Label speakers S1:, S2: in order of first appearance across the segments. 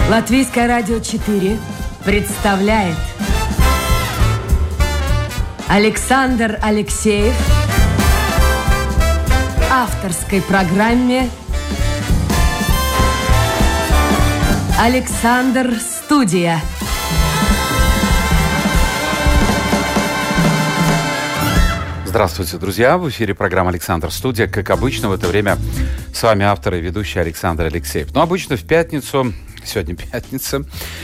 S1: Латвийское радио 4 представляет Александр Алексеев в авторской программе «Александр Студия».
S2: Здравствуйте, друзья! В эфире программа «Александр Студия». Как обычно, в это время с вами автор и ведущий Александр Алексеев. Но обычно в пятницу, сегодня пятница,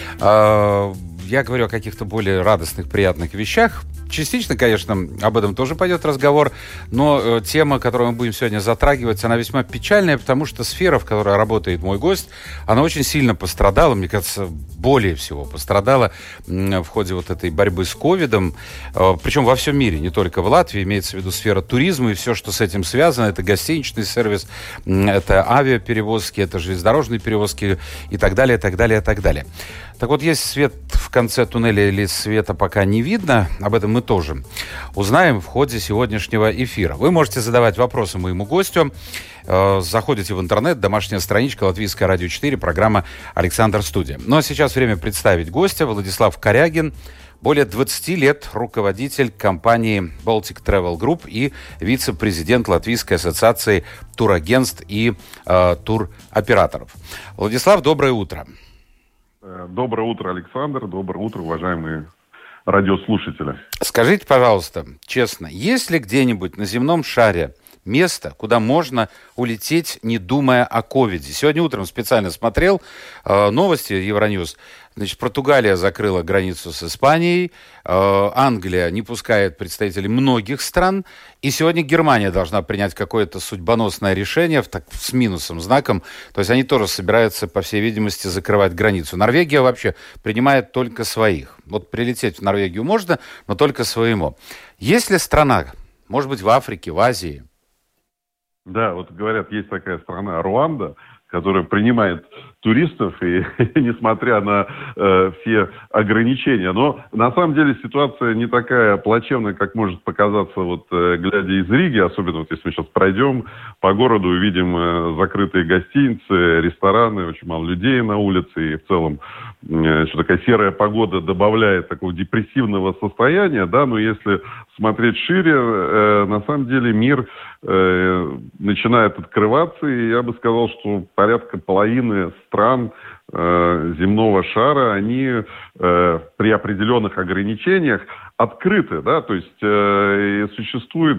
S2: я говорю о каких-то более радостных, приятных вещах. Частично, конечно, об этом тоже пойдет разговор, но тема, которую мы будем сегодня затрагивать, она весьма печальная, потому что сфера, в которой работает мой гость, она очень сильно пострадала, мне кажется, более всего пострадала в ходе вот этой борьбы с ковидом, причем во всем мире, не только в Латвии, имеется в виду сфера туризма и все, что с этим связано, это гостиничный сервис, это авиаперевозки, это железнодорожные перевозки и так далее, и так далее, и так далее. Так вот, есть свет в конце туннеля или света пока не видно, об этом мы тоже узнаем в ходе сегодняшнего эфира. Вы можете задавать вопросы моему гостю. Заходите в интернет, домашняя страничка Латвийское радио 4, программа «Александр Студия». Ну а сейчас время представить гостя. Владислав Корягин, более 20 лет руководитель компании Baltic Travel Group и вице-президент Латвийской ассоциации турагентств и туроператоров. Владислав, доброе утро.
S3: Доброе утро, Александр. Доброе утро, уважаемые радиослушатели.
S2: Скажите, пожалуйста, честно, есть ли где-нибудь на земном шаре место, куда можно улететь, не думая о ковиде? Сегодня утром специально смотрел новости Евроньюз. Значит, Португалия закрыла границу с Испанией, Англия не пускает представителей многих стран, и сегодня Германия должна принять какое-то судьбоносное решение с минусом, знаком, то есть они тоже собираются, по всей видимости, закрывать границу. Норвегия вообще принимает только своих. Вот прилететь в Норвегию можно, но только своему. Есть ли страна, может быть, в Африке, в Азии?
S3: Да, вот говорят, есть такая страна Руанда, которая принимает туристов, и несмотря на все ограничения. Но на самом деле ситуация не такая плачевная, как может показаться, вот глядя из Риги, особенно вот если мы сейчас пройдем по городу, увидим закрытые гостиницы, рестораны, очень мало людей на улице, и в целом что такая серая погода добавляет такого депрессивного состояния, да, но если смотреть шире, на самом деле мир начинает открываться, и я бы сказал, что порядка половины стран земного шара, они при определенных ограничениях открыты, да, то есть существует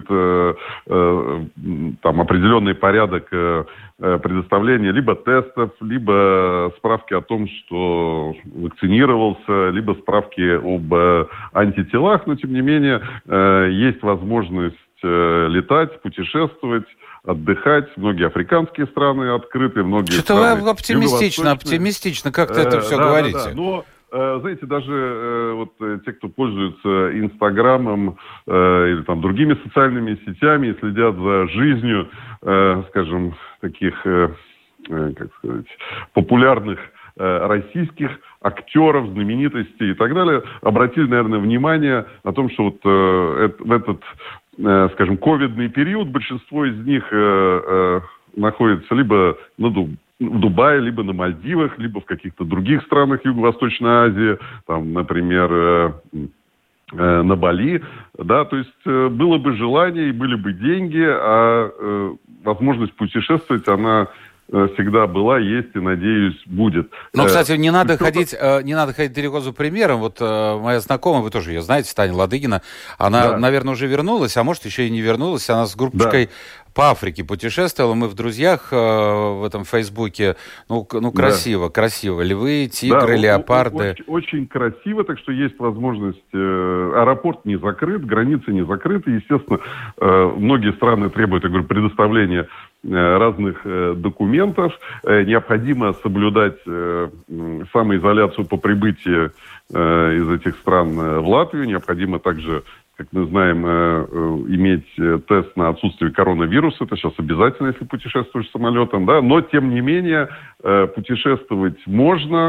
S3: там определенный порядок предоставления либо тестов, либо справки о том, что вакцинировался, либо справки об антителах, но тем не менее есть возможность летать, путешествовать, отдыхать. Многие африканские страны открыты, многие
S2: Что-то
S3: страны
S2: вы оптимистично как-то это все говорите.
S3: Да. Но, знаете, даже вот те, кто пользуется Инстаграмом или там другими социальными сетями и следят за жизнью, скажем, таких, как сказать, популярных российских актеров, знаменитостей и так далее, обратили, наверное, внимание на том, что вот в этот, скажем, ковидный период большинство из них находится либо в Дубае, либо на Мальдивах, либо в каких-то других странах Юго-Восточной Азии, там, например, на Бали, да, то есть было бы желание и были бы деньги, а возможность путешествовать, она всегда была, есть и, надеюсь, будет.
S2: Но, кстати, не надо ходить далеко за примером. Вот моя знакомая, вы тоже ее знаете, Таня Ладыгина, она, наверное, уже вернулась, а может, еще и не вернулась. Она с группочкой по Африке путешествовала. Мы в друзьях в этом Фейсбуке. Ну красиво. Львы, тигры, леопарды.
S3: Очень красиво, так что есть возможность. Аэропорт не закрыт, границы не закрыты. Естественно, многие страны требуют, я говорю, предоставления разных документов. Необходимо соблюдать самоизоляцию по прибытии из этих стран в Латвию. Необходимо также, как мы знаем, иметь тест на отсутствие коронавируса. Это сейчас обязательно, если путешествуешь самолетом. Да? Но, тем не менее, путешествовать можно.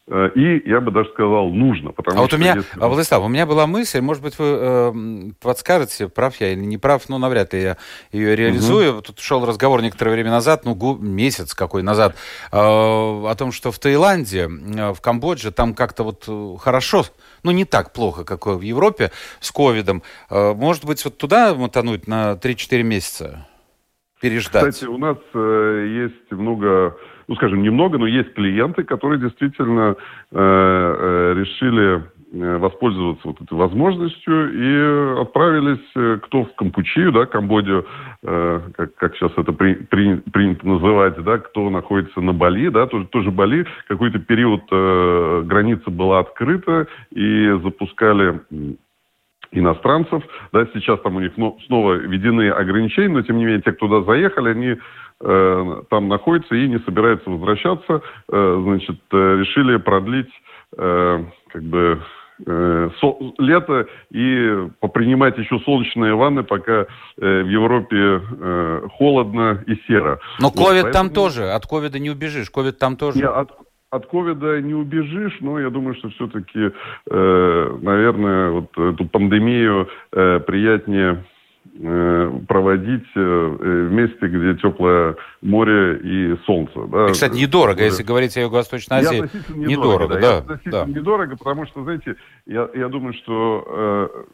S3: И, я бы даже сказал, нужно. Потому
S2: вот у меня, Владислав, у меня была мысль, может быть, вы подскажете, прав я или не прав, но навряд ли я ее реализую. Тут шел разговор некоторое время назад, месяц какой назад, о том, что в Таиланде, в Камбодже, там как-то вот хорошо, не так плохо, как в Европе с ковидом. Может быть, вот туда мотануть на 3-4 месяца? Переждать.
S3: Кстати, у нас есть много, немного, но есть клиенты, которые действительно решили воспользоваться вот этой возможностью и отправились кто в Кампучию, да, Камбоджу, как сейчас это принято называть, да, кто находится на Бали, да, тоже Бали, какой-то период граница была открыта и запускали иностранцев, да, сейчас там у них снова введены ограничения, но тем не менее те, кто туда заехали, они там находятся и не собираются возвращаться, решили продлить лето и попринимать еще солнечные ванны, пока в Европе холодно и серо.
S2: Но ковид там тоже, от ковида не убежишь, ковид там тоже.
S3: От ковида не убежишь, но я думаю, что все-таки, наверное, вот эту пандемию приятнее проводить в месте, где теплое море и солнце. Да.
S2: И, кстати, недорого, если говорить о Юго-Восточной Азии.
S3: Недорого, да. Относительно недорого, потому что, знаете, я думаю, что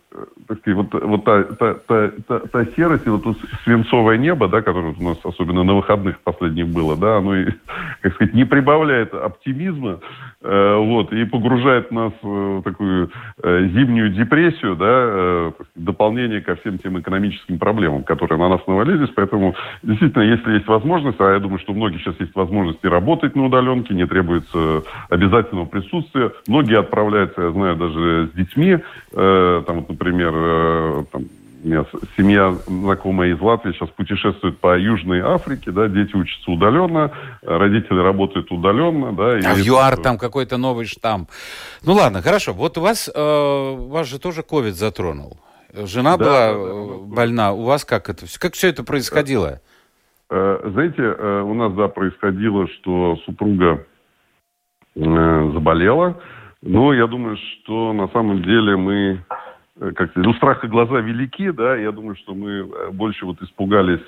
S3: та серость, вот то свинцовое небо, да, которое у нас особенно на выходных последних было, да, оно, не прибавляет оптимизма, и погружает нас в такую зимнюю депрессию, да, дополнение ко всем тем экономическим проблемам, которые на нас навалились. Поэтому, действительно, если есть возможность, а я думаю, что у многих сейчас есть возможность работать на удаленке, не требуется обязательного присутствия. Многие отправляются, я знаю, даже с детьми. Например, у меня семья знакомая из Латвии сейчас путешествует по Южной Африке, да, дети учатся удаленно, родители работают удаленно, да.
S2: А в ЮАР там какой-то новый штамм. Ну ладно, хорошо. Вот вас же тоже ковид затронул. Жена была больна. У вас как все это происходило?
S3: Знаете, у нас, происходило, что супруга заболела. Но я думаю, что на самом деле мы страх и глаза велики, да, я думаю, что мы больше испугались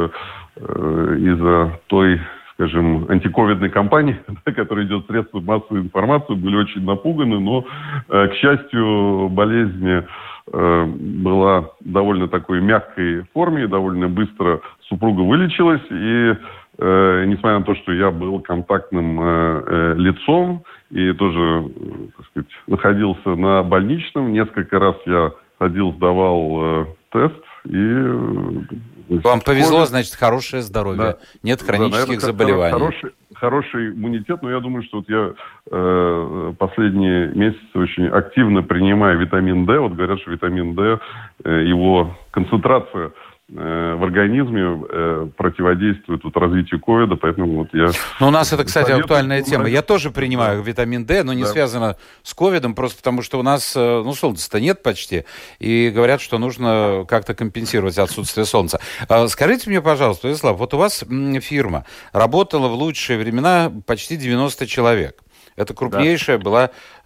S3: из-за той, антиковидной кампании, которая идет в средства массовой информации, были очень напуганы, но, к счастью, болезнь была довольно такой мягкой форме, довольно быстро супруга вылечилась, и несмотря на то, что я был контактным лицом и тоже, находился на больничном, несколько раз я ходил, сдавал тест, и...
S2: Вам повезло, значит, хорошее здоровье. Да. Нет хронических заболеваний.
S3: Хороший иммунитет, но я думаю, что я последние месяцы очень активно принимаю витамин D. Вот говорят, что витамин D, его концентрация в организме противодействует развитию ковида, поэтому я...
S2: Но у нас это, кстати, актуальная тема. Я тоже принимаю витамин D, но не связано с ковидом, просто потому что у нас, солнца-то нет почти, и говорят, что нужно как-то компенсировать отсутствие солнца. Скажите мне, пожалуйста, Владислав, вот у вас фирма работала в лучшие времена почти 90 человек. Это крупнейшее было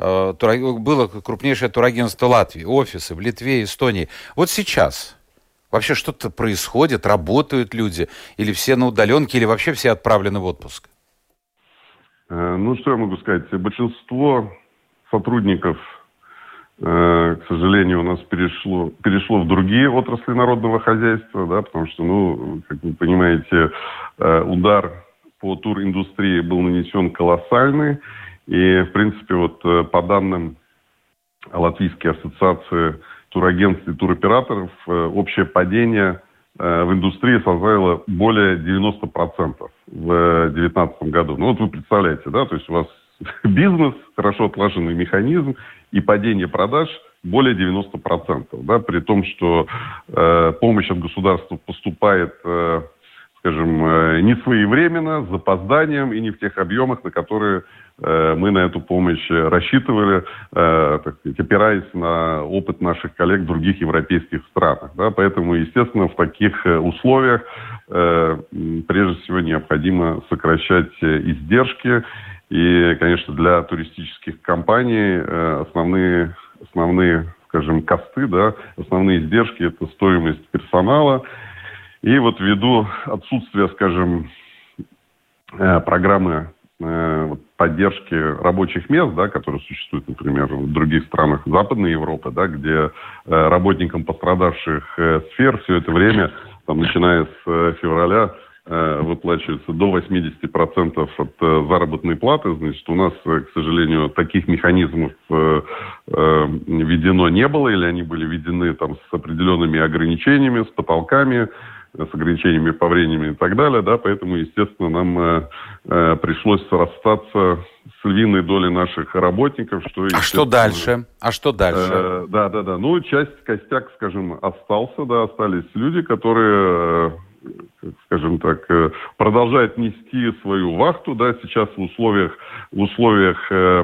S2: крупнейшее турагентство Латвии, офисы в Литве, Эстонии. Вот сейчас... Вообще что-то происходит, работают люди, или все на удаленке, или вообще все отправлены в отпуск?
S3: Что я могу сказать? Большинство сотрудников, к сожалению, у нас перешло в другие отрасли народного хозяйства, да, потому что, как вы понимаете, удар по туриндустрии был нанесен колоссальный, и, в принципе, по данным Латвийской ассоциации турагентств и туроператоров, общее падение в индустрии составило более 90% в 2019 году. Вы представляете, да, то есть у вас бизнес, хорошо отлаженный механизм, и падение продаж более 90%, да, при том, что помощь от государства поступает, не своевременно, с запозданием и не в тех объемах, на которые мы на эту помощь рассчитывали, опираясь на опыт наших коллег в других европейских странах. Да? Поэтому, естественно, в таких условиях прежде всего необходимо сокращать издержки И, конечно, для туристических компаний основные, скажем, косты, да, основные издержки – это стоимость персонала. И вот ввиду отсутствия, скажем, программы поддержки рабочих мест, да, которые существуют, например, в других странах Западной Европы, да, где работникам пострадавших сфер все это время, там, начиная с февраля, выплачивается до 80% от заработной платы. Значит, у нас, к сожалению, таких механизмов введено не было, или они были введены там с определенными ограничениями, с потолками, с ограничениями по времени и так далее, да, поэтому, естественно, нам пришлось расстаться с львиной долей наших работников.
S2: Что дальше?
S3: Да. Ну, костяк, скажем, остался, да, остались люди, которые, скажем так, продолжают нести свою вахту, да, сейчас в условиях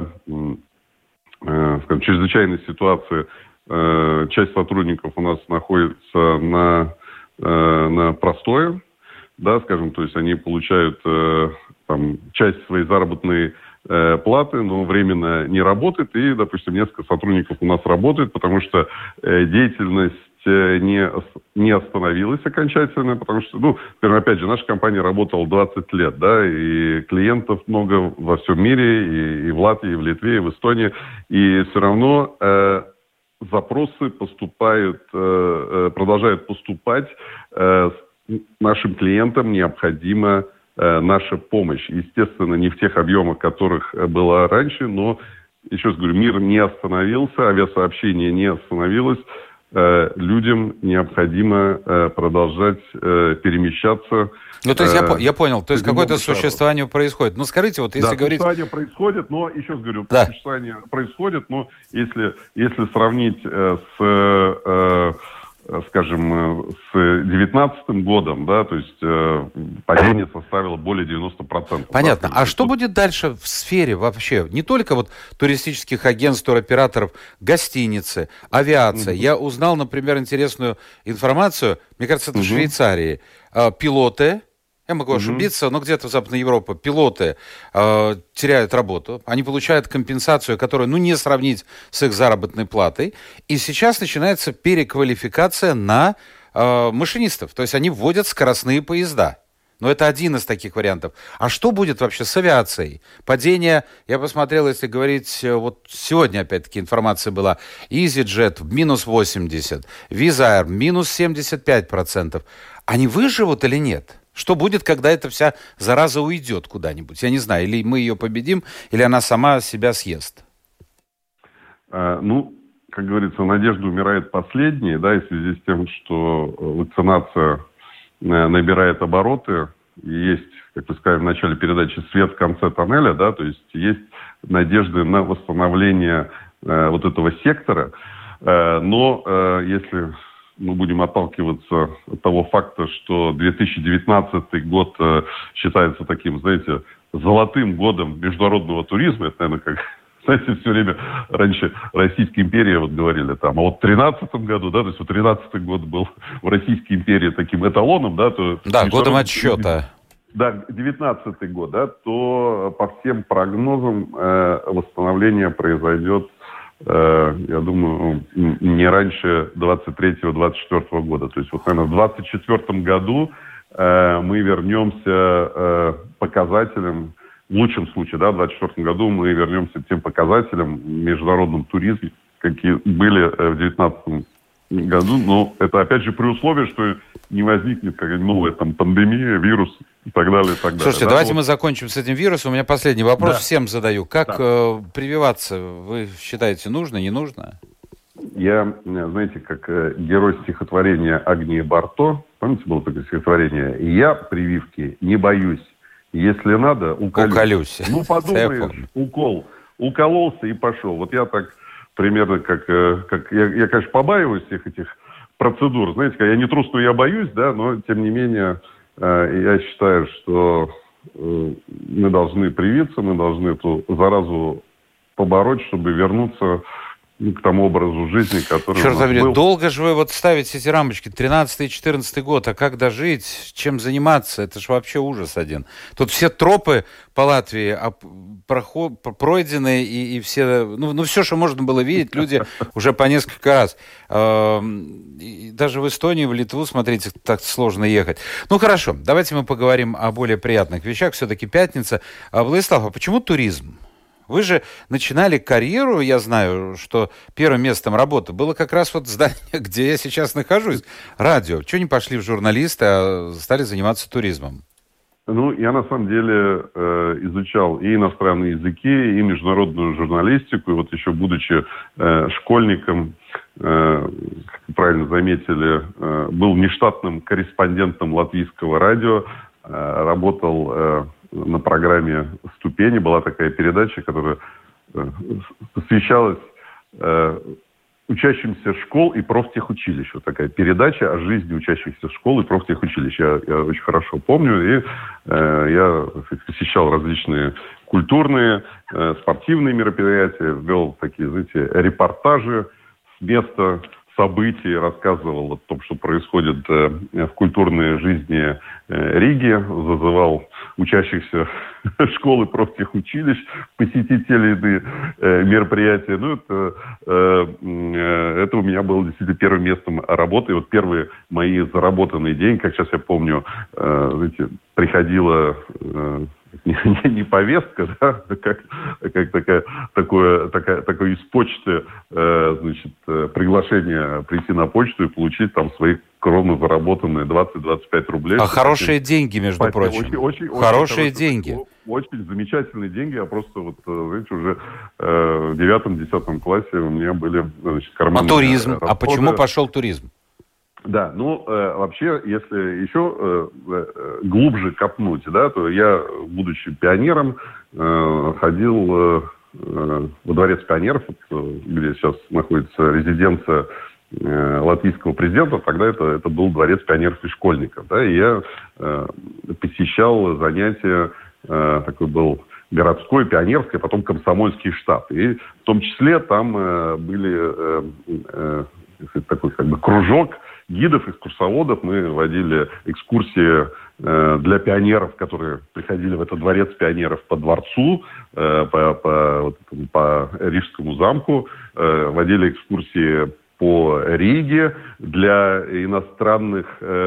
S3: скажем, чрезвычайной ситуации часть сотрудников у нас находится на простое, да, скажем, то есть они получают там часть своей заработной платы, но временно не работает, и, допустим, несколько сотрудников у нас работает, потому что деятельность не остановилась окончательно, потому что, ну, скажем, опять же, наша компания работала 20 лет, да, и клиентов много во всем мире, и в Латвии, и в Литве, и в Эстонии, и все равно запросы продолжают поступать. Нашим клиентам необходима наша помощь. Естественно, не в тех объемах, которых было раньше, но, еще раз говорю, мир не остановился, авиасообщение не остановилось. Людям необходимо продолжать перемещаться.
S2: Ну, то есть я понял, то есть какое-то существование происходит. Ну, скажите, вот если говорить...
S3: существование происходит, но, еще раз говорю, существование происходит, но если сравнить скажем, с 2019 годом, да, то есть падение составило более 90%.
S2: Понятно.
S3: Да,
S2: а что будет дальше в сфере вообще? Не только вот туристических агентств, туроператоров, гостиницы, авиация. Я узнал, например, интересную информацию, мне кажется, это в Швейцарии. Пилоты, я могу ошибиться, но где-то в Западной Европе пилоты теряют работу, они получают компенсацию, которую, не сравнить с их заработной платой, и сейчас начинается переквалификация на машинистов, то есть они вводят скоростные поезда. Но это один из таких вариантов. А что будет вообще с авиацией? Падение, я посмотрел, если говорить, вот сегодня опять-таки информация была, EasyJet минус 80%, Wizz Air минус 75%. Они выживут или нет? Что будет, когда эта вся зараза уйдет куда-нибудь? Я не знаю, или мы ее победим, или она сама себя съест.
S3: Как говорится, надежда умирает последней, да, и в связи с тем, что вакцинация набирает обороты, и есть, как вы сказали в начале передачи, свет в конце тоннеля, да, то есть есть надежды на восстановление вот этого сектора, но если мы будем отталкиваться от того факта, что 2019 год считается таким, знаете, золотым годом международного туризма. Это, наверное, как, знаете, все время раньше Российская империя вот говорили там, а вот в 2013 году, да, то есть вот 2013 год был в Российской империи таким эталоном, да, то...
S2: Да, годом отсчета.
S3: Да, 2019 год, да, то по всем прогнозам восстановление произойдет, я думаю, не раньше 23-24 года. То есть, вот, наверное, в 2024 году мы вернемся показателям, в лучшем случае, да, в 2024 году мы вернемся к тем показателям в международном туризме, какие были в 2019 году. Но это, опять же, при условии, что не возникнет какая-нибудь новая там пандемия, вирус и так далее, и так далее.
S2: Слушайте, давайте мы закончим с этим вирусом. У меня последний вопрос всем задаю. Как прививаться, вы считаете, нужно, не нужно?
S3: Я, знаете, как герой стихотворения Агнии Барто, помните, было такое стихотворение? «Я прививки не боюсь. Если надо, уколюсь». Ну, подумаешь, укол. Укололся и пошел. Вот я так примерно, как я, конечно, побаиваюсь всех этих процедур. Знаете, я не трус, но я боюсь, да, но, тем не менее, я считаю, что мы должны привиться, мы должны эту заразу побороть, чтобы вернуться к тому образу жизни, который
S2: Черт возьми,
S3: был.
S2: долго же вы вот ставите эти рамочки, 13-14 год, а как дожить, чем заниматься, это же вообще ужас один. Тут все тропы по Латвии пройдены, и все, все, что можно было видеть, люди уже по несколько раз. И даже в Эстонию, в Литву, смотрите, так сложно ехать. Ну, хорошо, давайте мы поговорим о более приятных вещах, все-таки пятница. Владислав, а почему туризм? Вы же начинали карьеру, я знаю, что первым местом работы было как раз вот здание, где я сейчас нахожусь, радио. Чего не пошли в журналисты, а стали заниматься туризмом?
S3: Я на самом деле изучал и иностранные языки, и международную журналистику. И вот еще будучи школьником, как вы правильно заметили, был нештатным корреспондентом латвийского радио, работал на программе «Ступени». Была такая передача, которая посвящалась учащимся школ и профтехучилищ. Вот такая передача о жизни учащихся школ и профтехучилищ. Я очень хорошо помню. И я посещал различные культурные, спортивные мероприятия, вел такие, знаете, репортажи с места событий, рассказывал о том, что происходит в культурной жизни Риги, зазывал учащихся школы профтехучилищ, посетителей мероприятия. Это у меня было действительно первым местом работы. И вот первые мои заработанные деньги, как сейчас я помню, знаете, приходила не повестка, да, как такое из почты, приглашение прийти на почту и получить там свои кровно заработанные 20-25 рублей.
S2: А хорошие деньги, между прочим.
S3: Очень
S2: хорошие деньги.
S3: Очень замечательные деньги. Я просто знаете, уже в 9-10 классе у меня были, карманные
S2: туризм?
S3: расходы.
S2: А почему пошел туризм?
S3: Да, вообще, если еще глубже копнуть, да, то я, будучи пионером, ходил во дворец пионеров, где сейчас находится резиденция латвийского президента. Тогда это был дворец пионеров и школьников, да, и я посещал занятия, такой был городской, пионерский, а потом комсомольский штаб. И в том числе там были такой кружок гидов, экскурсоводов. Мы водили экскурсии для пионеров, которые приходили в этот дворец пионеров по дворцу, по Рижскому замку. Водили экскурсии по Риге для иностранных,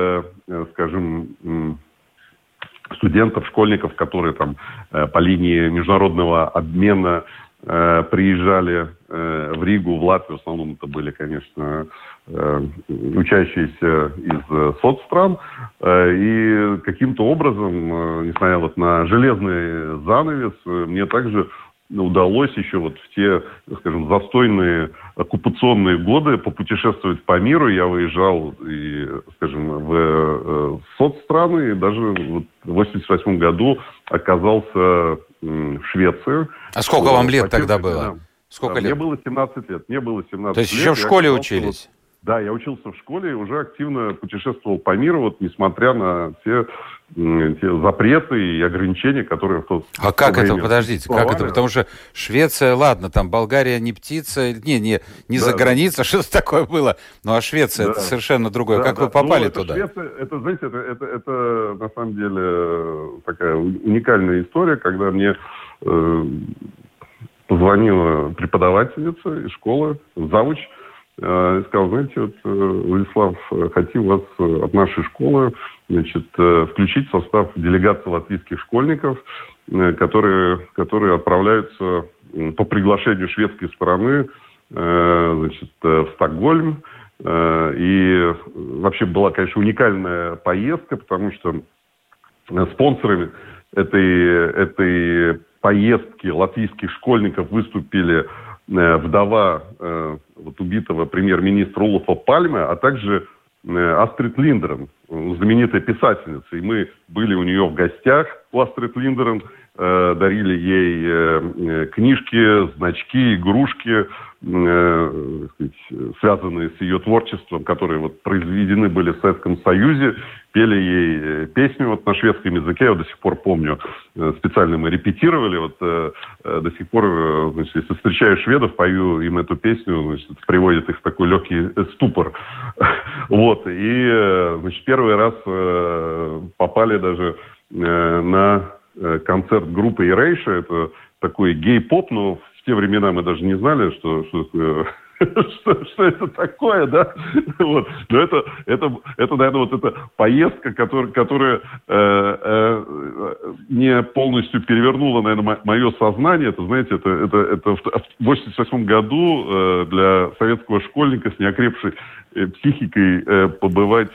S3: студентов, школьников, которые там по линии международного обмена приезжали в Ригу, в Латвию. В основном это были, конечно, учащиеся из соцстран. И каким-то образом, несмотря на железный занавес, мне также удалось еще в те, застойные оккупационные годы попутешествовать по миру. Я выезжал в соцстраны, и даже в 1988 году оказался в Швеции.
S2: А сколько вам лет тогда было? Сколько лет?
S3: Мне было 17 лет.
S2: То есть еще в школе учились?
S3: Да, я учился в школе и уже активно путешествовал по миру, несмотря на те запреты и ограничения, которые в то время...
S2: А как это, подождите, как это? Потому что Швеция, ладно, там Болгария не птица, не за границей, что-то такое было. Ну а Швеция, это совершенно другое. Как вы попали туда?
S3: Швеция, это, знаете, это на самом деле такая уникальная история, когда мне позвонила преподавательница из школы, завуч, сказал, знаете, Владислав, хотим вас от нашей школы, включить в состав делегации латвийских школьников, которые отправляются по приглашению шведской стороны, в Стокгольм. И вообще была, конечно, уникальная поездка, потому что спонсорами этой поездки латвийских школьников выступили вдова убитого премьер-министра Олафа Пальме, а также Астрид Линдгрен, знаменитая писательница. И мы были у нее в гостях, у Астрид Линдгрен, дарили ей книжки, значки, игрушки, связанные с ее творчеством, которые вот произведены были в Советском Союзе, пели ей песню вот на шведском языке, я до сих пор помню, специально мы репетировали, вот до сих пор, значит, если встречаю шведов, пою им эту песню, значит, это приводит их в такой легкий ступор. Вот, и, значит, первый раз попали даже на концерт группы Erasure, это такой гей-поп, но в те времена мы даже не знали, что это такое, да? Вот. Но это, наверное, вот эта поездка, которая не полностью перевернула, наверное, мое сознание. Это, знаете, это в 88 году для советского школьника с неокрепшей психикой побывать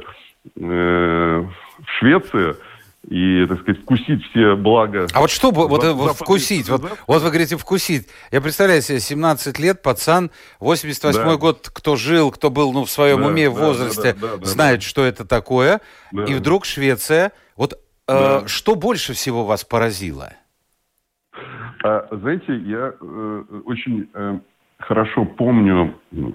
S3: в Швеции и, так сказать, вкусить все блага.
S2: А вот что вот вкусить? Вот вы говорите вкусить. Я представляю себе, 17 лет, пацан, 88-й год, кто жил, кто был в своем уме, в возрасте, знает, что это такое. Да. И вдруг Швеция. Вот что больше всего вас поразило?
S3: Знаете, я очень хорошо помню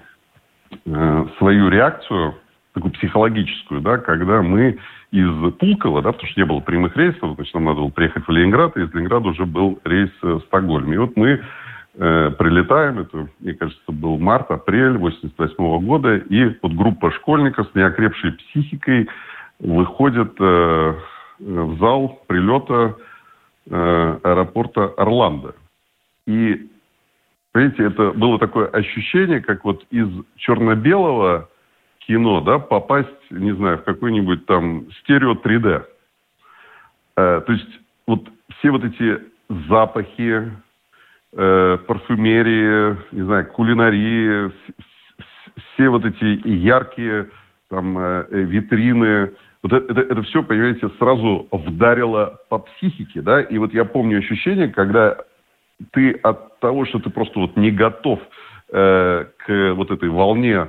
S3: свою реакцию, такую психологическую, да, когда мы из Пулково, да, потому что не было прямых рейсов, значит, нам надо было приехать в Ленинград, и из Ленинграда уже был рейс в Стокгольм. И вот мы прилетаем, это, мне кажется, был март-апрель 88 года, и вот группа школьников с неокрепшей психикой выходит в зал прилета аэропорта Орландо. И, понимаете, это было такое ощущение, как вот из черно-белого кино, да, попасть, не знаю, в какой-нибудь там стерео 3D. То есть вот все вот эти запахи, парфюмерии, не знаю, кулинарии, все вот эти яркие там витрины, вот это все, понимаете, сразу вдарило по психике, да, и вот я помню ощущение, когда ты от того, что ты просто вот не готов к вот этой волне,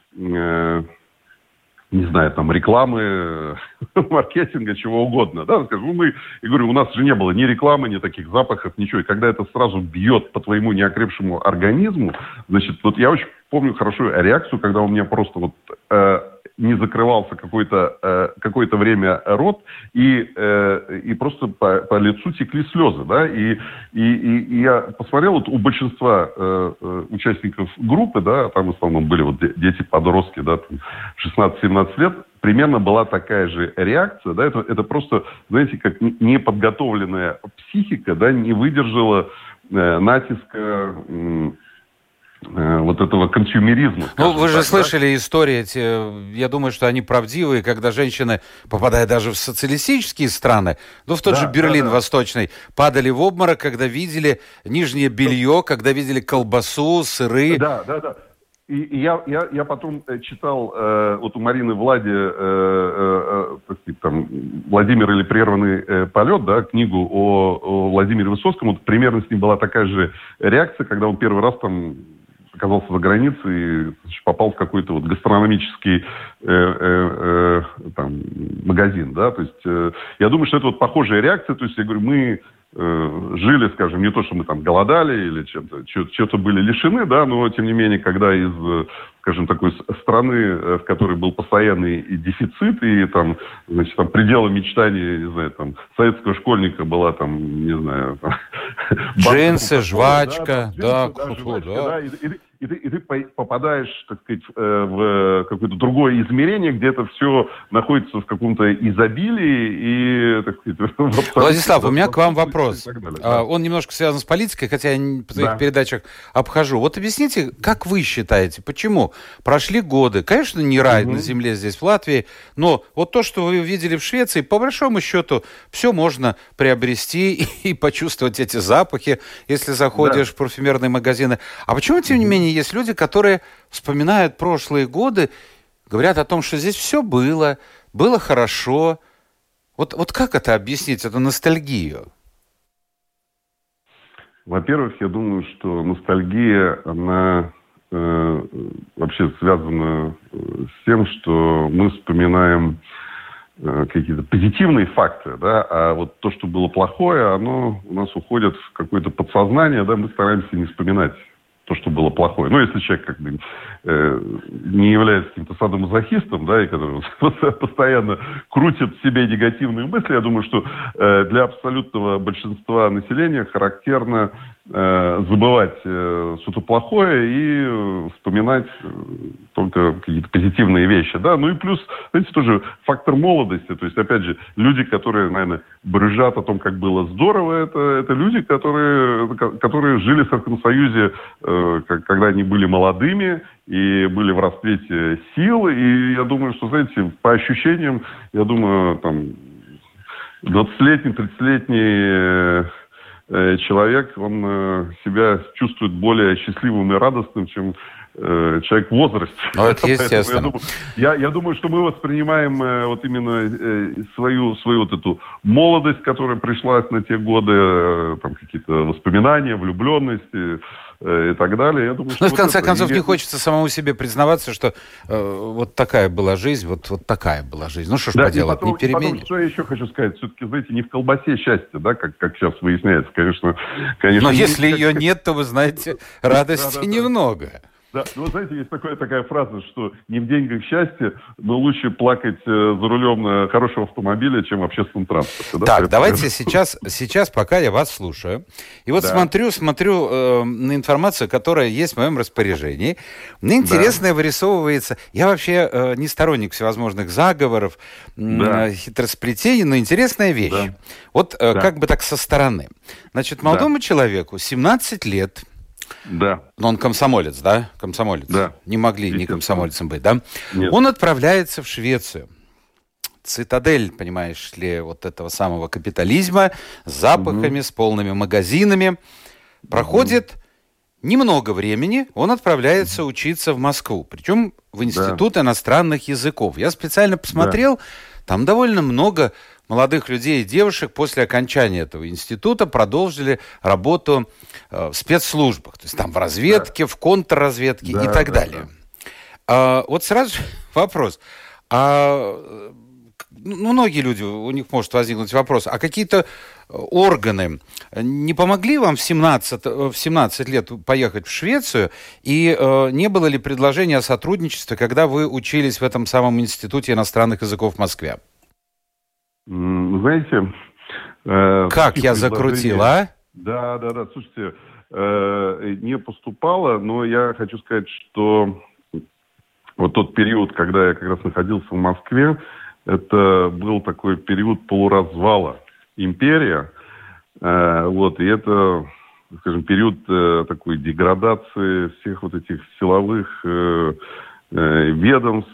S3: не знаю, там, рекламы, маркетинга, чего угодно, да, скажем, мы, и говорю, у нас же не было ни рекламы, ни таких запахов, ничего, и когда это сразу бьет по твоему неокрепшему организму, значит, вот я очень помню хорошо реакцию, когда у меня просто вот не закрывался какое-то время рот, и просто по лицу текли слезы, да, и я посмотрел, вот у большинства участников группы, да, там в основном были вот дети-подростки, да, 16-17 лет, примерно была такая же реакция, да, это просто, знаете, как неподготовленная психика, да, не выдержала натиска вот этого консюмеризма.
S2: Ну, вы же слышали истории, я думаю, что они правдивые, когда женщины, попадая даже в социалистические страны, в тот же Берлин Восточный, падали в обморок, когда видели нижнее белье, когда видели колбасу, сыры.
S3: Да. И я потом читал вот у Марины Влади, там, «Владимир или прерванный полет», да, книгу о Владимире Высоцком. Вот примерно с ним была такая же реакция, когда он первый раз там оказался за границей и попал в какой-то вот гастрономический там, магазин, да, то есть я думаю, что это вот похожая реакция, то есть я говорю, мы жили, скажем, не то, что мы там голодали или чего-то были лишены, да, но тем не менее, когда из, скажем, такой страны, в которой был постоянный дефицит и там, значит, там пределом мечтаний, не знаю, там советского школьника была там, не знаю, там,
S2: джинсы, жвачка, да,
S3: и ты попадаешь, так сказать, в какое-то другое измерение, где это все находится в каком-то изобилии и, так сказать...
S2: Владислав, у меня к вам вопрос. Он немножко связан с политикой, хотя я в своих передачах обхожу. Вот объясните, как вы считаете, почему прошли годы? Конечно, не рай на земле здесь, в Латвии, но вот то, что вы видели в Швеции, по большому счету, все можно приобрести и почувствовать эти запахи, если заходишь в парфюмерные магазины. А почему, тем не менее, есть люди, которые вспоминают прошлые годы, говорят о том, что здесь все было хорошо. Вот как это объяснить, эту ностальгию?
S3: Во-первых, я думаю, что ностальгия, она вообще связана с тем, что мы вспоминаем какие-то позитивные факты, да, а вот то, что было плохое, оно у нас уходит в какое-то подсознание, да, мы стараемся не вспоминать то, что было плохое. Ну, если человек как бы не является каким-то садомазохистом, да, и который постоянно крутит в себе негативные мысли, я думаю, что для абсолютного большинства населения характерно забывать что-то плохое и вспоминать только какие-то позитивные вещи, да. Ну и плюс, знаете, тоже фактор молодости. То есть, опять же, люди, которые, наверное, брызжат о том, как было здорово, это люди, которые жили в Советском Союзе, когда они были молодыми и были в расцвете сил. И я думаю, что, знаете, по ощущениям, я думаю, там, 20-летний, 30-летний человек, он себя чувствует более счастливым и радостным, чем человек в возрасте.
S2: Ну, это естественно.
S3: Я думаю, что мы воспринимаем вот именно свою вот эту молодость, которая пришлась на те годы, там какие-то воспоминания, влюбленности и так далее. Я думаю, что
S2: в конце концов, не хочется самому себе признаваться, что вот такая была жизнь, вот такая была жизнь. Ну, что ж поделать, не переменишь.
S3: Потом, что я еще хочу сказать, все-таки, знаете, не в колбасе счастье, да, как сейчас выясняется, конечно.
S2: Но если ее нет, то, вы знаете, радости немного.
S3: Да, ну, вы знаете, есть такая фраза, что не в деньгах счастье, но лучше плакать за рулем хорошего автомобиля, чем в общественном транспорте. Да?
S2: Так, давайте сейчас, пока я вас слушаю, и вот смотрю на информацию, которая есть в моем распоряжении. Мне интересное вырисовывается. Я вообще не сторонник всевозможных заговоров, хитросплетений, но интересная вещь. Да. Вот как бы так со стороны. Значит, молодому человеку 17 лет...
S3: Да.
S2: Но он комсомолец, да? Комсомолец.
S3: Да.
S2: Не могли не комсомольцем быть, да?
S3: Нет.
S2: Он отправляется в Швецию. Цитадель, понимаешь ли, вот этого самого капитализма, с запахами, с полными магазинами. Проходит немного времени, он отправляется учиться в Москву. Причем в Институт иностранных языков. Я специально посмотрел, там довольно много молодых людей и девушек после окончания этого института продолжили работу в спецслужбах. То есть там в разведке, в контрразведке и так далее. Вот сразу вопрос. Многие люди, у них может возникнуть вопрос, а какие-то органы не помогли вам в 17 лет поехать в Швецию? И не было ли предложения о сотрудничестве, когда вы учились в этом самом Институте иностранных языков в Москве?
S3: Знаете...
S2: Как я закрутил, а?
S3: Да. Слушайте, не поступало, но я хочу сказать, что вот тот период, когда я как раз находился в Москве, это был такой период полуразвала империи. Вот, и это, скажем, период такой деградации всех вот этих силовых ведомств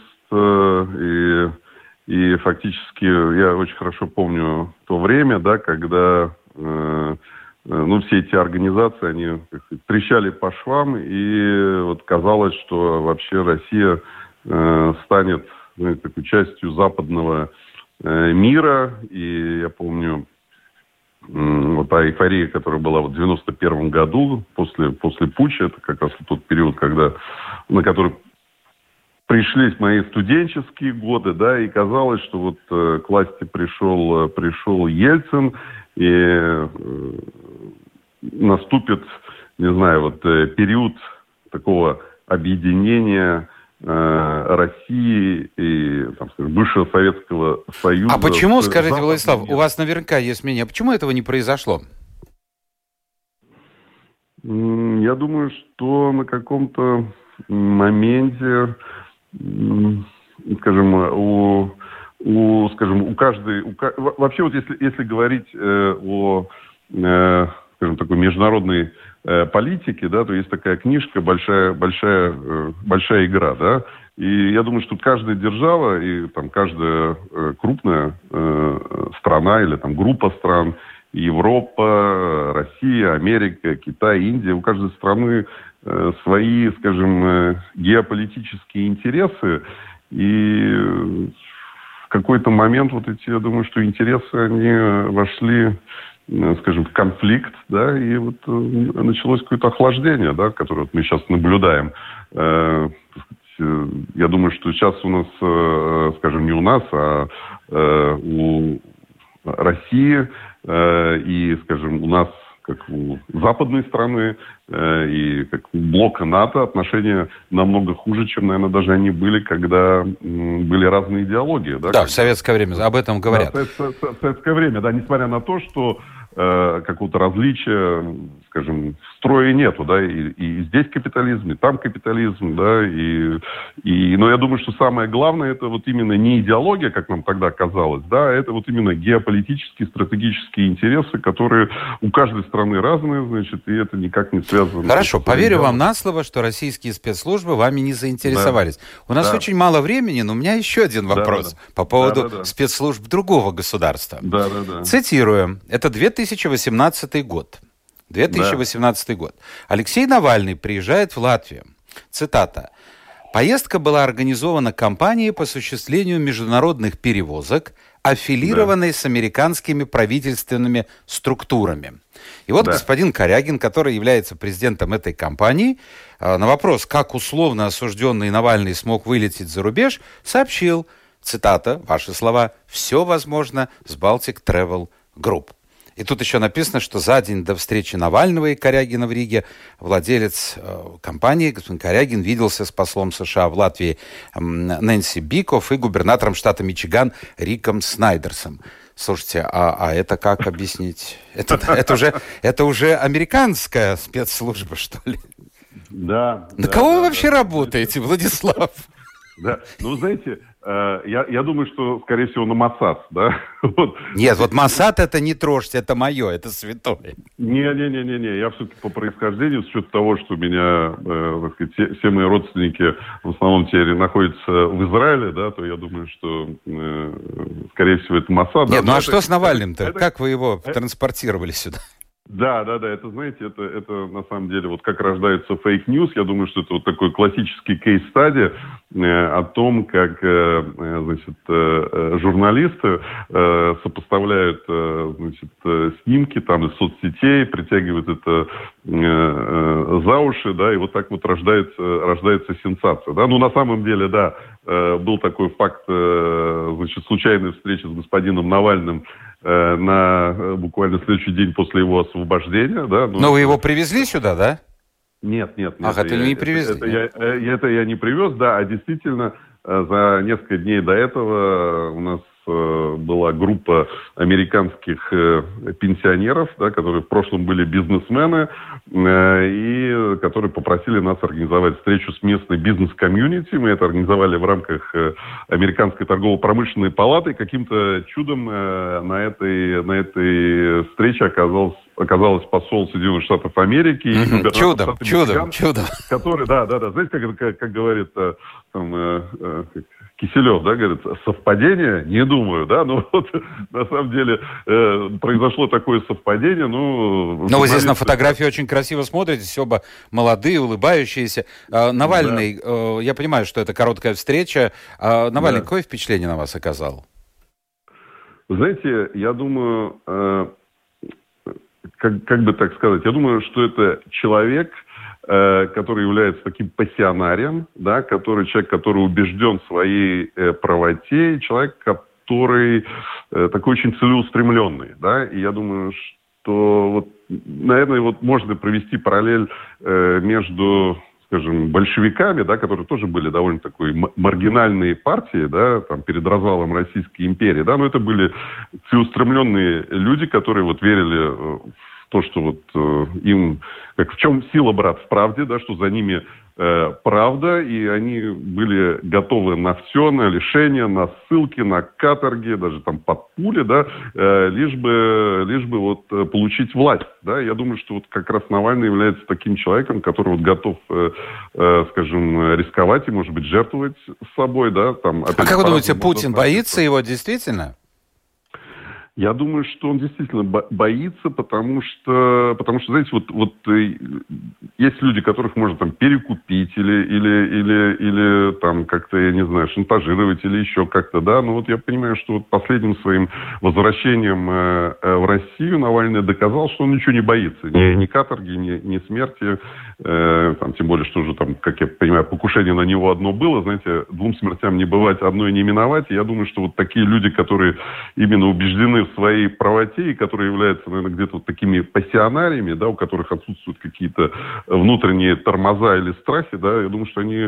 S3: и фактически я очень хорошо помню то время, да, когда все эти организации, они трещали по швам, и вот казалось, что вообще Россия станет такой частью западного мира. И я помню вот та эйфория, которая была в 91 году после путча, это как раз тот период, на который пришлись мои студенческие годы, да, и казалось, что вот к власти пришел Ельцин, и наступит, не знаю, вот период такого объединения России и, там, скажем, бывшего Советского Союза.
S2: А почему, скажите, Владислав, у вас наверняка есть мнение, почему этого не произошло?
S3: Я думаю, что на каком-то моменте, скажем, у каждой... Вообще, вот если говорить о, скажем, такой международной политике, да, то есть такая книжка «Большая игра», да, и я думаю, что каждая держава и там каждая крупная страна или там группа стран, Европа, Россия, Америка, Китай, Индия, у каждой страны свои, скажем, геополитические интересы, и в какой-то момент вот эти, я думаю, что интересы, они вошли, скажем, в конфликт, да, и вот началось какое-то охлаждение, да, которое вот мы сейчас наблюдаем. я думаю, что сейчас у нас, скажем, не у нас, а у России и, скажем, у нас, как у западной страны и как у блока НАТО, отношения намного хуже, чем, наверное, даже они были, когда были разные идеологии.
S2: Да, в советское время об этом говорят.
S3: Да, в советское время, да, несмотря на то, что какого-то различия, скажем, в строе нету, да, и здесь капитализм, и там капитализм, да, но я думаю, что самое главное, это вот именно не идеология, как нам тогда казалось, да, это вот именно геополитические, стратегические интересы, которые у каждой страны разные, значит, и это никак не связано.
S2: Хорошо, поверю вам на слово, что российские спецслужбы вами не заинтересовались. Да. У нас очень мало времени, но у меня еще один вопрос по поводу спецслужб другого государства. Цитирую, это 2018 год. 2018 год. Алексей Навальный приезжает в Латвию. Цитата. «Поездка была организована компанией по осуществлению международных перевозок, аффилированной с американскими правительственными структурами». И вот господин Корягин, который является президентом этой компании, на вопрос, как условно осужденный Навальный смог вылететь за рубеж, сообщил, цитата, ваши слова, «все возможно с Baltic Travel Group». И тут еще написано, что за день до встречи Навального и Корягина в Риге владелец компании, господин Корягин, виделся с послом США в Латвии Нэнси Биков и губернатором штата Мичиган Риком Снайдерсом. Слушайте, а это как объяснить? Это уже американская спецслужба, что ли?
S3: Да.
S2: На кого вы вообще работаете, Владислав?
S3: Да, ну, знаете, я думаю, что, скорее всего, на Моссад, да?
S2: Нет, вот Моссад это не трожьте, это мое, это святое.
S3: Не, я все-таки по происхождению, с учетом того, что у меня, так сказать, все мои родственники в основном теперь находятся в Израиле, да, то я думаю, что, скорее всего, это Моссад.
S2: Нет, ну а что с Навальным-то? Как вы его транспортировали сюда?
S3: Да, это, знаете, это на самом деле, вот как рождается фейк-ньюс, я думаю, что это вот такой классический кейс-стади о том, как, значит, журналисты сопоставляют, значит, снимки там из соцсетей, притягивают это за уши, да, и вот так вот рождается сенсация, да. Ну, на самом деле, да, был такой факт, значит, случайной встречи с господином Навальным на буквально следующий день после его освобождения, да.
S2: Но вы его привезли сюда, да?
S3: Нет.
S2: Ах, это не привезли.
S3: Это я не привез, да, а действительно за несколько дней до этого у нас была группа американских пенсионеров, да, которые в прошлом были бизнесмены, и которые попросили нас организовать встречу с местной бизнес-комьюнити. Мы это организовали в рамках Американской торгово-промышленной палаты. Каким-то чудом на этой встрече оказался посол Соединенных Штатов Америки.
S2: Чудом.
S3: Который, да. Знаете, как говорит там, Киселев, да, говорит, совпадение? Не думаю, да, но вот на самом деле произошло такое совпадение, ну...
S2: Но вы здесь на фотографии очень красиво смотритесь, оба молодые, улыбающиеся. Навальный, да. Я понимаю, что это короткая встреча. Навальный, какое впечатление на вас оказал?
S3: Знаете, я думаю, как бы так сказать, я думаю, что это человек, который является таким пассионарием, да, человек, который убежден в своей правоте, и человек, который такой очень целеустремленный, да, и я думаю, что вот, наверное, вот можно провести параллель между, скажем, большевиками, да, которые тоже были довольно такой маргинальные партии, да, там, перед развалом Российской империи, да, но это были целеустремленные люди, которые вот верили в то, что вот им, как в чем сила, брат, в правде, да, что за ними правда, и они были готовы на все, на лишения, на ссылки, на каторги, даже там под пули, да, лишь бы вот получить власть, да. Я думаю, что вот как раз Навальный является таким человеком, который вот готов, скажем, рисковать и, может быть, жертвовать собой, да. Там,
S2: а как вы думаете, Путин боится его действительно?
S3: Я думаю, что он действительно боится, потому что, знаете, вот есть люди, которых можно там перекупить или там как-то, я не знаю, шантажировать или еще как-то, да. Но вот я понимаю, что вот последним своим возвращением в Россию Навальный доказал, что он ничего не боится. Ни каторги, ни смерти, там, тем более, что уже там, как я понимаю, покушение на него одно было, знаете, 2 смертям не бывать, одной не миновать. И я думаю, что вот такие люди, которые именно убеждены в своей правоте и которые являются, наверное, где-то вот такими пассионариями, да, у которых отсутствуют какие-то внутренние тормоза или страхи, да, я думаю, что они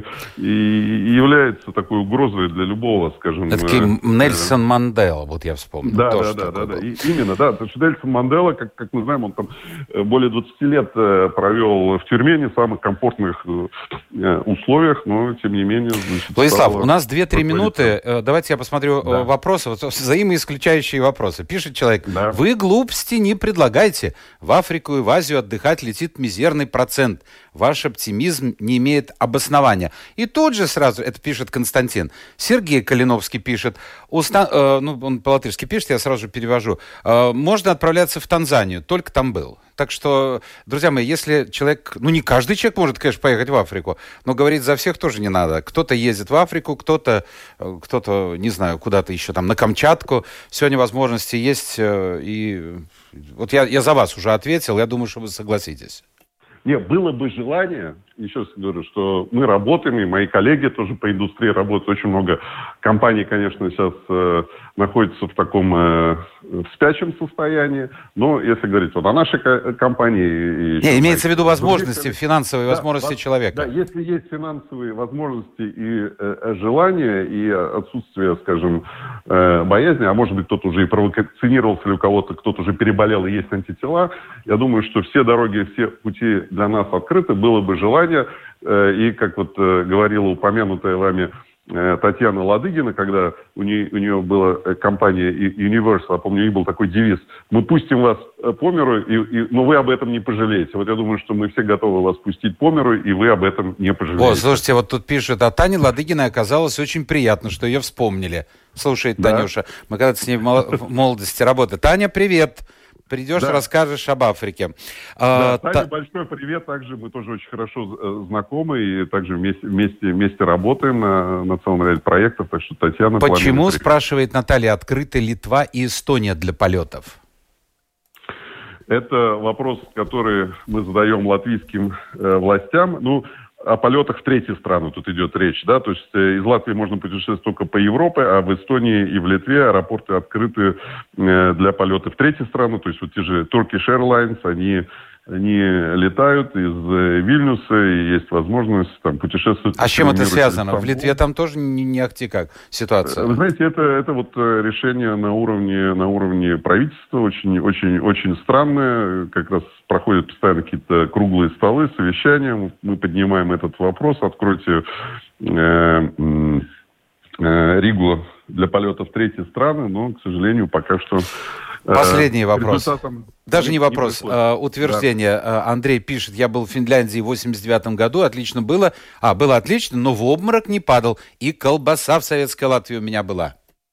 S3: и являются такой угрозой для любого, скажем...
S2: Это такой Нельсон Мандела, вот я вспомнил.
S3: Да. Именно, да. Потому что Нельсон Мандела, как мы знаем, он там более 20 лет провел в тюрьме, не в самых комфортных условиях, но, тем не менее... Значит,
S2: Владислав, у нас 2-3 минуты. Давайте я посмотрю вопросы, вот, взаимоисключающие вопросы. Пишет человек, вы глупости не предлагайте. В Африку и в Азию отдыхать летит мизерный процент. Ваш оптимизм не имеет обоснования. И тут же сразу, это пишет Константин, Сергей Калиновский пишет, он по-латышски пишет, я сразу же перевожу, можно отправляться в Танзанию, только там был. Так что, друзья мои, если человек, не каждый человек может, конечно, поехать в Африку, но говорить за всех тоже не надо. Кто-то ездит в Африку, кто-то, не знаю, куда-то еще там, на Камчатку. Сегодня возможности есть, и вот я за вас уже ответил, я думаю, что вы согласитесь.
S3: Нет, было бы желание, еще раз говорю, что мы работаем, и мои коллеги тоже по индустрии работают. Очень много компаний, конечно, сейчас находятся в таком в спящем состоянии. Но если говорить вот о нашей компании...
S2: имеется в виду возможности, финансовые возможности человека.
S3: Да, если есть финансовые возможности и желание, и отсутствие, скажем, боязни, а может быть, кто-то уже и провакцинировался, или у кого-то кто-то уже переболел и есть антитела, я думаю, что все дороги, все пути для нас открыты, было бы желание. И, как вот говорила упомянутая вами Татьяна Ладыгина, когда у нее была компания Universal, помню, у них был такой девиз: мы пустим вас по миру, но вы об этом не пожалеете. Вот я думаю, что мы все готовы вас пустить по миру, и вы об этом не пожалеете.
S2: Слушайте, вот тут пишет, а Тане Ладыгиной оказалось очень приятно, что ее вспомнили. Слушай, Танюша, мы когда-то с ней в молодости работали. Таня, привет! Придешь, расскажешь об Африке.
S3: Таня, большой привет. Также мы тоже очень хорошо знакомы и также вместе работаем на целом ряде проектов. Так что Татьяна...
S2: Почему, спрашивает Наталья, открыты Литва и Эстония для полетов?
S3: Это вопрос, который мы задаем латвийским властям. О полетах в третьи страны тут идет речь, да, то есть из Латвии можно путешествовать только по Европе, а в Эстонии и в Литве аэропорты открыты для полетов в третьи страны, то есть вот те же Turkish Airlines, они летают из Вильнюса, и есть возможность там путешествовать.
S2: А с чем это связано? В Литве там тоже не ахти как ситуация?
S3: Вы знаете, это вот решение на уровне правительства, очень странное. Как раз проходят постоянно какие-то круглые столы, совещания. Мы поднимаем этот вопрос. Откройте Ригу для полетов в третьи страны, но, к сожалению, пока что...
S2: Последний вопрос. Даже не вопрос, утверждение. Да. Андрей пишет, я был в Финляндии в 89 году, отлично было. Было отлично, но в обморок не падал. И колбаса в советской Латвии у меня была.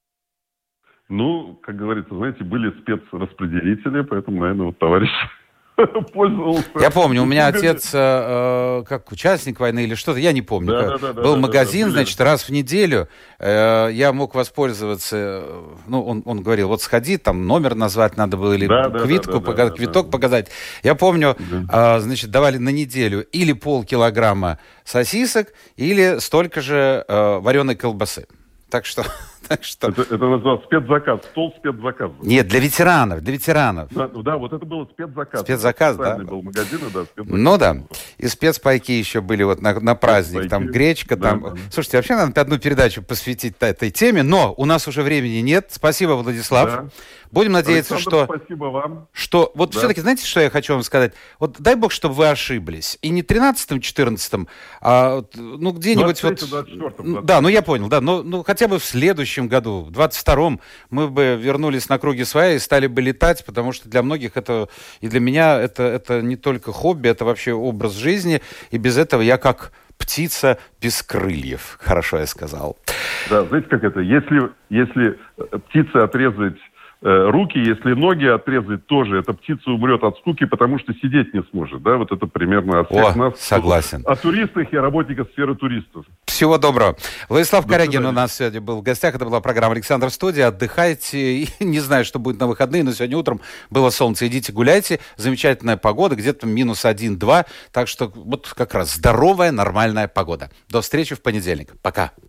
S3: Как говорится, знаете, были спецраспределители, поэтому, наверное, вот товарищ пользовался.
S2: Я помню, у меня отец, как участник войны или что-то, я не помню. Был магазин, значит, раз в неделю я мог воспользоваться, он говорил, вот сходи, там номер назвать надо было, или квиток показать. Я помню, значит, давали на неделю или полкилограмма сосисок, или столько же вареной колбасы. Так что...
S3: Это называется спецзаказ, стол спецзаказа.
S2: Нет, для ветеранов.
S3: Да, вот это было спецзаказ.
S2: Спецзаказ, да.
S3: Был магазин,
S2: спецзаказ. И спецпайки еще были вот на праздник, там гречка, там... Слушайте, вообще надо одну передачу посвятить этой теме, но у нас уже времени нет. Спасибо, Владислав. Да. Будем надеяться,
S3: спасибо вам.
S2: Вот все-таки, знаете, что я хочу вам сказать? Вот дай бог, чтобы вы ошиблись. И не 13-м, 14-м, а где-нибудь
S3: 24-м.
S2: Да, я понял, да. Но хотя бы в следующем году, в 22-м, мы бы вернулись на круги своя и стали бы летать, потому что для многих это, и для меня это не только хобби, это вообще образ жизни, и без этого я как птица без крыльев. Хорошо я сказал.
S3: Да, знаете, как это? Если птице отрезать руки, если ноги отрезать, тоже эта птица умрет от скуки, потому что сидеть не сможет. Да, вот это примерно от всех нас.
S2: Согласен.
S3: О туристах и работниках сферы туристов.
S2: Всего доброго. Владислав Корягин у нас сегодня был в гостях. Это была программа «Александр Студия». Отдыхайте. Не знаю, что будет на выходные, но сегодня утром было солнце. Идите гуляйте. Замечательная погода. Где-то минус 1-2. Так что вот как раз здоровая, нормальная погода. До встречи в понедельник. Пока.